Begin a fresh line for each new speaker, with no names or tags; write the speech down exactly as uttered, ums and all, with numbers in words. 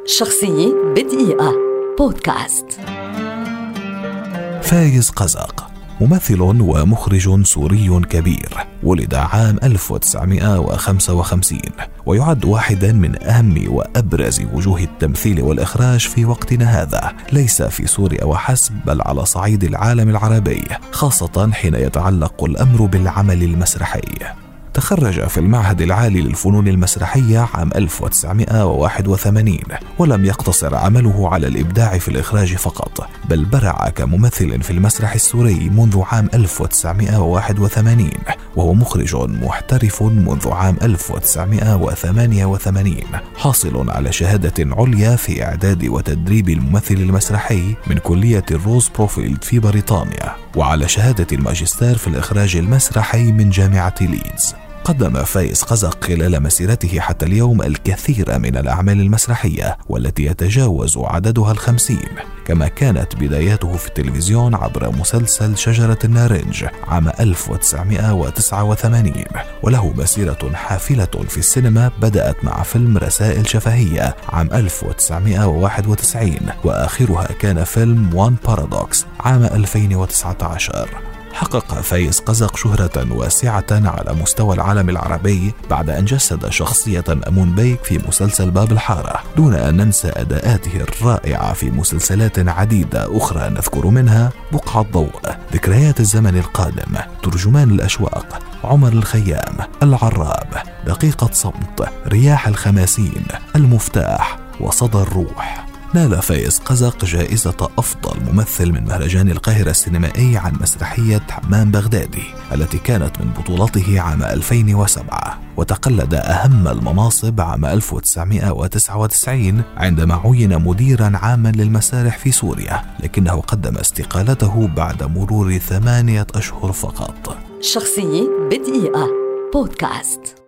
شخصية بدقيقة بودكاست.
فايز قزق ممثل ومخرج سوري كبير، ولد عام ألف وتسعمائة وخمسة وخمسين ويعد واحدا من أهم وأبرز وجوه التمثيل والإخراج في وقتنا هذا، ليس في سوريا وحسب بل على صعيد العالم العربي، خاصة حين يتعلق الأمر بالعمل المسرحي. تخرج في المعهد العالي للفنون المسرحية عام ألف وتسعمائة وواحد وثمانين، ولم يقتصر عمله على الإبداع في الإخراج فقط، بل برع كممثل في المسرح السوري منذ عام ألف وتسعمائة وواحد وثمانين، وهو مخرج محترف منذ عام ألف وتسعمائة وثمانية وثمانين، حاصل على شهادة عليا في إعداد وتدريب الممثل المسرحي من كلية الروز بروفيلد في بريطانيا، وعلى شهادة الماجستير في الإخراج المسرحي من جامعة ليدز. قدم فايز قزق خلال مسيرته حتى اليوم الكثير من الأعمال المسرحية والتي يتجاوز عددها الخمسين، كما كانت بداياته في التلفزيون عبر مسلسل شجرة النارنج عام ألف وتسعمائة وتسعة وثمانين، وله مسيرة حافلة في السينما بدأت مع فيلم رسائل شفهية عام ألف وتسعمائة وواحد وتسعين، وآخرها كان فيلم وان بارادوكس عام ألفين وتسعة عشر. حقق فايز قزق شهرة واسعة على مستوى العالم العربي بعد أن جسد شخصية أمون بيك في مسلسل باب الحارة، دون أن ننسى أداءاته الرائعة في مسلسلات عديدة أخرى، نذكر منها بقعة ضوء، ذكريات الزمن القادم، ترجمان الأشواق، عمر الخيام، العراب، دقيقة صمت، رياح الخماسين، المفتاح، وصدى الروح. نال فايز قزق جائزة أفضل ممثل من مهرجان القاهرة السينمائي عن مسرحية حمام بغدادي التي كانت من بطولته عام ألفين وسبعة، وتقلد أهم المناصب عام ألف وتسعمائة وتسعة وتسعين عندما عين مديرا عاما للمسارح في سوريا، لكنه قدم استقالته بعد مرور ثمانية أشهر فقط.
شخصية بدقيقة بودكاست.